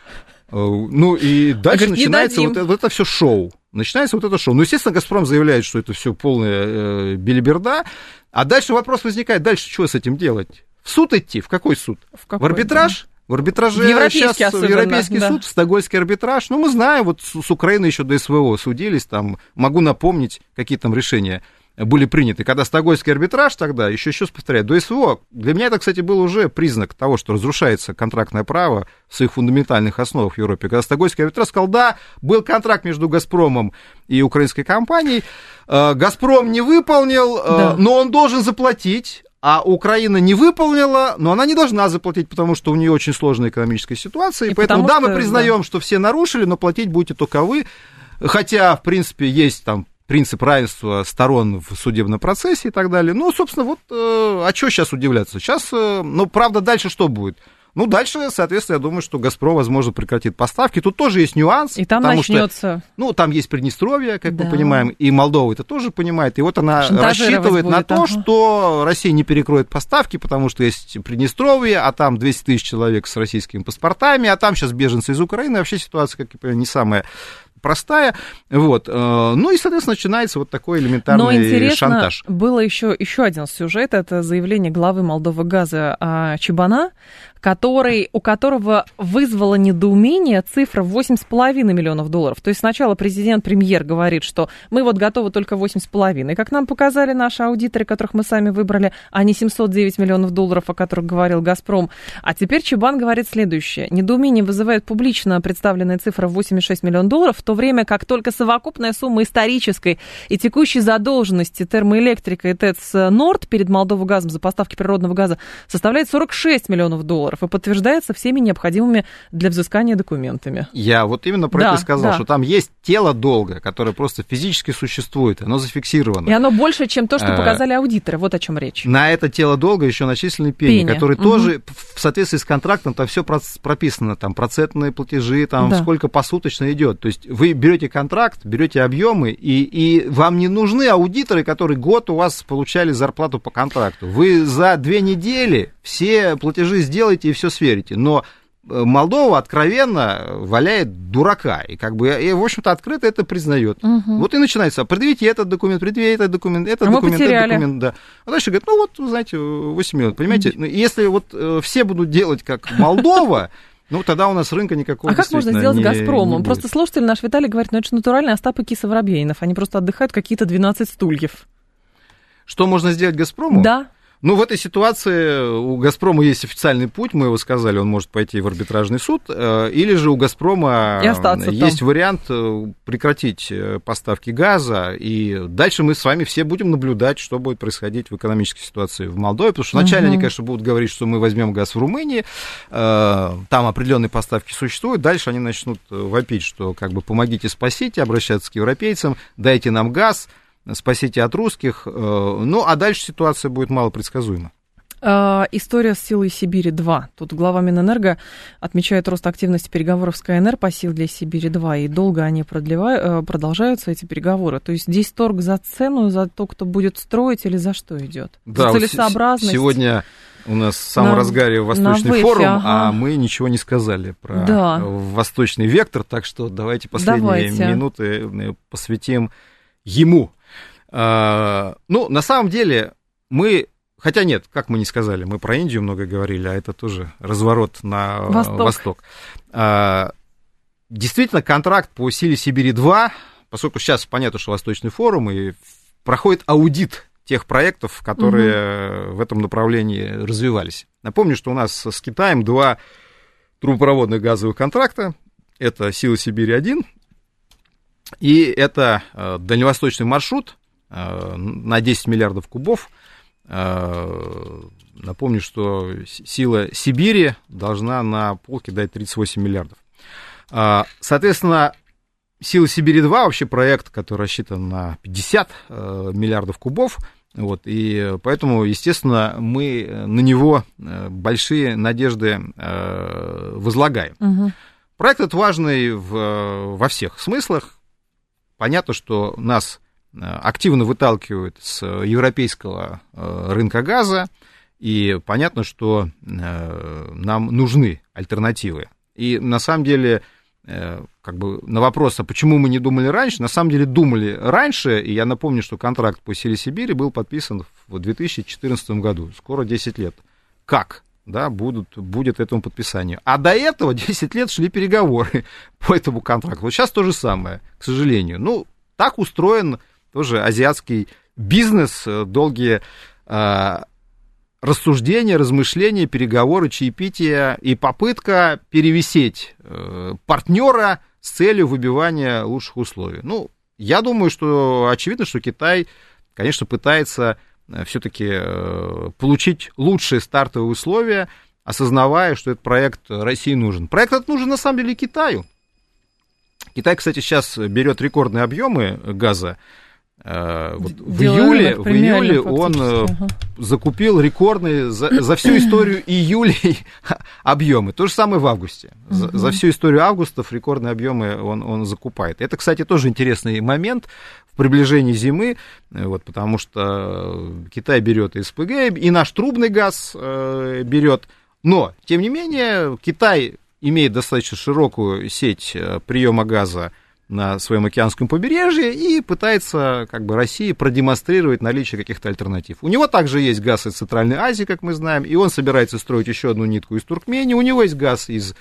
Ну, и дальше говорит, начинается вот это все шоу. Начинается вот это шоу. Ну, естественно, «Газпром» заявляет, что это все полная белиберда. А дальше вопрос возникает, дальше что с этим делать? В суд идти? В какой суд? В арбитраж? В арбитраже сейчас в Европейский суд, в Стокгольмский арбитраж. Ну, мы знаем, вот с Украины еще до СВО судились, там, могу напомнить, какие там решения были приняты. Когда Стокгольмский арбитраж тогда, еще раз повторяю, до СВО, для меня это, кстати, был уже признак того, что разрушается контрактное право в своих фундаментальных основах в Европе. Когда Стокгольмский арбитраж сказал, да, был контракт между «Газпромом» и украинской компанией, «Газпром» не выполнил, но он должен заплатить, а Украина не выполнила, но она не должна заплатить, потому что у нее очень сложная экономическая ситуация, и поэтому, да, мы признаем, что все нарушили, но платить будете только вы, хотя, в принципе, есть там принцип равенства сторон в судебном процессе и так далее. Ну, собственно, вот, а что сейчас удивляться? Сейчас, ну, правда, дальше что будет? Ну, дальше, соответственно, я думаю, что «Газпром», возможно, прекратит поставки. Тут тоже есть нюанс. И там начнется. Ну, там есть Приднестровье, как мы понимаем, и Молдова это тоже понимает. И вот она рассчитывает на то, что Россия не перекроет поставки, потому что есть Приднестровье, а там 200 тысяч человек с российскими паспортами, а там сейчас беженцы из Украины. Вообще ситуация, как я понимаю, не самая простая, вот, ну и, соответственно, начинается вот такой элементарный шантаж. Но интересно, было еще один сюжет, это заявление главы «Молдовагаза» Чебана, у которого вызвало недоумение цифра $8,5 миллионов. То есть сначала президент-премьер говорит, что мы вот готовы только 8,5, как нам показали наши аудиторы, которых мы сами выбрали, а не $709 миллионов, о которых говорил «Газпром». А теперь Чебан говорит следующее. Недоумение вызывает публично представленная цифра $8,6 миллионов, в то время как только совокупная сумма исторической и текущей задолженности Термоэлектрика и ТЭЦ Норд перед Молдовагазом за поставки природного газа составляет $46 миллионов и подтверждается всеми необходимыми для взыскания документами. Я вот именно про это и сказал, что там есть тело долга, которое просто физически существует, оно зафиксировано. И оно больше, чем то, что показали аудиторы, вот о чем речь. На это тело долга еще начислены пени, которые тоже в соответствии с контрактом, там все прописано, там процентные платежи, там сколько посуточно идет. То есть вы берете контракт, берете объемы, и вам не нужны аудиторы, которые год у вас получали зарплату по контракту. Вы за 2 недели все платежи сделаете и все сверите. Но Молдова откровенно валяет дурака. И, как бы, и в общем-то, открыто это признает. Вот и начинается. Предъявите этот документ, этот документ, этот документ. Да. А дальше говорит, ну вот, вы знаете, 8 минут. Понимаете, если вот все будут делать как Молдова, ну, тогда у нас рынка никакого. А как можно сделать с «Газпромом»? Просто слушатель наш Виталий говорит, ну, это же натуральный Остап и Киса Воробьянинов. Они просто отдыхают какие-то 12 стульев. Что можно сделать «Газпрому»? Да. Ну, в этой ситуации у «Газпрома» есть официальный путь, мы его сказали, он может пойти в арбитражный суд, или же у «Газпрома» есть вариант прекратить поставки газа, и дальше мы с вами все будем наблюдать, что будет происходить в экономической ситуации в Молдове, потому что вначале они, конечно, будут говорить, что мы возьмем газ в Румынии, там определенные поставки существуют, дальше они начнут вопить, что как бы помогите, спасите, обращаться к европейцам, дайте нам газ, спасите от русских. Ну, а дальше ситуация будет малопредсказуема. История с «Силой Сибири-2». Тут глава Минэнерго отмечает рост активности переговоров с КНР по «Силе Сибири-2», и долго они продолжаются, эти переговоры. То есть здесь торг за цену, за то, кто будет строить, или за что идет? Да, за целесообразность? Сегодня у нас в самом разгаре Восточный форум, а мы ничего не сказали про Восточный вектор, так что давайте последние минуты посвятим ему. Ну, на самом деле, мы, хотя нет, как мы не сказали, мы про Индию много говорили, а это тоже разворот на восток. Действительно, контракт по «Силе Сибири-2», поскольку сейчас понятно, что Восточный форум, и проходит аудит тех проектов, которые в этом направлении развивались. Напомню, что у нас с Китаем 2 трубопроводных газовых контракта, это «Сила Сибири-1», и это дальневосточный маршрут на 10 миллиардов кубов. Напомню, что «Сила Сибири» должна на полке дать 38 миллиардов. Соответственно, «Сила Сибири-2» вообще проект, который рассчитан на 50 миллиардов кубов. Вот, и поэтому, естественно, мы на него большие надежды возлагаем. Проект этот важный во всех смыслах. Понятно, что нас активно выталкивают с европейского рынка газа, и понятно, что нам нужны альтернативы. И на самом деле как бы на вопрос, а почему мы не думали раньше, на самом деле думали раньше, и я напомню, что контракт по «Силе Сибири» был подписан в 2014 году, скоро 10 лет. Как? Да, будет этому подписанию. А до этого 10 лет шли переговоры по этому контракту. Вот сейчас то же самое, к сожалению. Ну, так устроен тоже азиатский бизнес, долгие рассуждения, размышления, переговоры, чаепития и попытка перевесить партнера с целью выбивания лучших условий. Ну, я думаю, что очевидно, что Китай, конечно, пытается все-таки получить лучшие стартовые условия, осознавая, что этот проект России нужен. Проект этот нужен, на самом деле, Китаю. Китай, кстати, сейчас берет рекордные объемы газа. Вот в июле он закупил рекордные за всю историю июлей объемы. То же самое в августе. За всю историю августов рекордные объемы он закупает. Это, кстати, тоже интересный момент в приближении зимы, вот, потому что Китай берет и СПГ, и наш трубный газ берет. Но, тем не менее, Китай имеет достаточно широкую сеть приема газа на своем океанском побережье и пытается как бы России продемонстрировать наличие каких-то альтернатив. У него также есть газ из Центральной Азии, как мы знаем, и он собирается строить еще одну нитку из Туркмении. У него есть газ из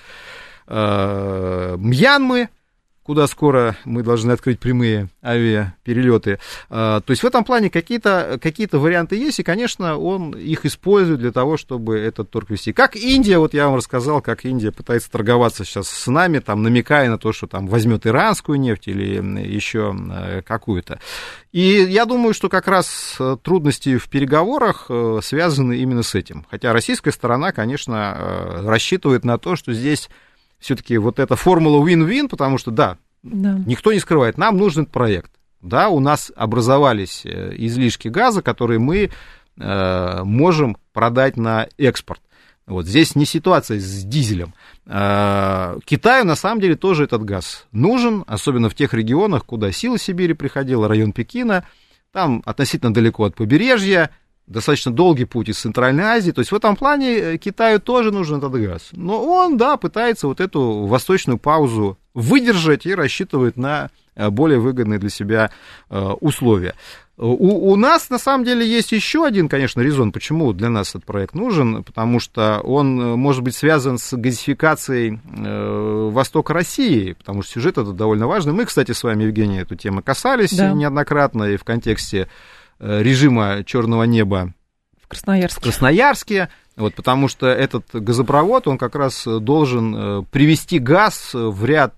Мьянмы, куда скоро мы должны открыть прямые авиаперелеты. То есть в этом плане какие-то варианты есть, и, конечно, он их использует для того, чтобы этот торг вести. Как Индия, вот я вам рассказал, как Индия пытается торговаться сейчас с нами, там, намекая на то, что там возьмет иранскую нефть или еще какую-то. И я думаю, что как раз трудности в переговорах связаны именно с этим. Хотя российская сторона, конечно, рассчитывает на то, что здесь все-таки вот эта формула win-win, потому что, да, никто не скрывает, нам нужен проект. Да, у нас образовались излишки газа, которые мы можем продать на экспорт. Вот здесь не ситуация с дизелем. Китаю, на самом деле, тоже этот газ нужен, особенно в тех регионах, куда «Сила Сибири» приходила, район Пекина, там относительно далеко от побережья, достаточно долгий путь из Центральной Азии, то есть в этом плане Китаю тоже нужен этот газ. Но он, да, пытается вот эту восточную паузу выдержать и рассчитывает на более выгодные для себя условия. У нас, на самом деле, есть еще один, конечно, резон, почему для нас этот проект нужен, потому что он может быть связан с газификацией востока России, потому что сюжет этот довольно важный. Мы, кстати, с вами, Евгений, эту тему касались неоднократно и в контексте режима черного неба в Красноярске, вот, потому что этот газопровод, он как раз должен привести газ в ряд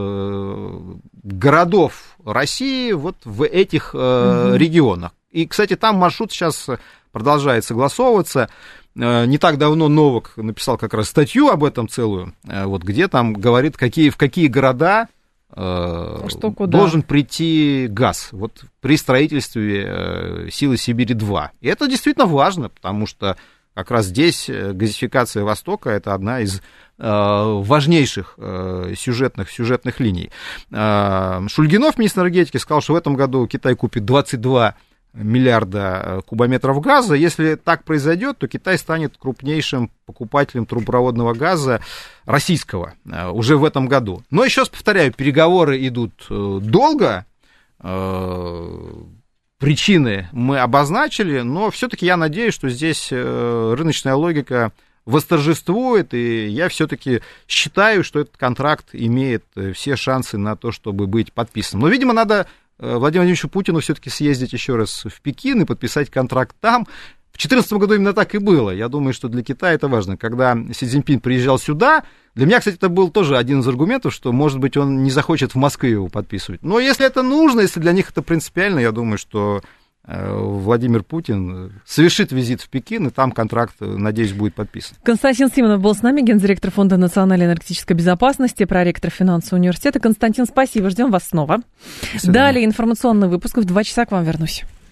городов России вот в этих регионах. И, кстати, там маршрут сейчас продолжает согласовываться. Не так давно Новак написал как раз статью об этом целую, вот, где там говорит, в какие города должен прийти газ вот, при строительстве «Силы Сибири-2». И это действительно важно, потому что как раз здесь газификация Востока – это одна из важнейших сюжетных линий. Шульгинов, министр энергетики, сказал, что в этом году Китай купит 22 миллиарда кубометров газа. Если так произойдет, то Китай станет крупнейшим покупателем трубопроводного газа российского уже в этом году. Но еще раз повторяю, переговоры идут долго, причины мы обозначили, но все-таки я надеюсь, что здесь рыночная логика восторжествует, и я все-таки считаю, что этот контракт имеет все шансы на то, чтобы быть подписанным. Но, видимо, надо Владимиру Владимировичу Путину все-таки съездить еще раз в Пекин и подписать контракт там. В 2014 году именно так и было. Я думаю, что для Китая это важно. Когда Си Цзиньпин приезжал сюда, для меня, кстати, это был тоже один из аргументов, что, может быть, он не захочет в Москве его подписывать. Но если это нужно, если для них это принципиально, я думаю, что Владимир Путин совершит визит в Пекин, и там контракт, надеюсь, будет подписан. Константин Симонов был с нами, гендиректор Фонда национальной энергетической безопасности, проректор финансового университета. Константин, спасибо, ждем вас снова. Далее информационный выпуск. В 2 часа к вам вернусь.